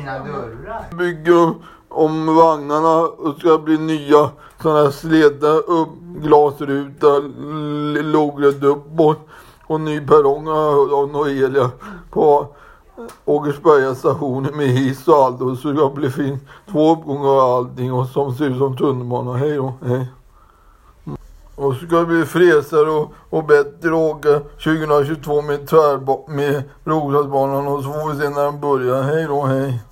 dina dörrar. Bygger om vagnarna och ska bli nya sådana här släta upp, glasruta, logret uppåt och ny perrong av Noelia på Åkersberga stationen med hiss och allt, och så ska det bli fint 2 uppgångar och allting och som ser ut som tunnelbana. Hej då, hej. Och så ska det bli fräsare och bättre åka 2022 med Roslagsbanan, och så får vi se när den börjar. Hej då, hej.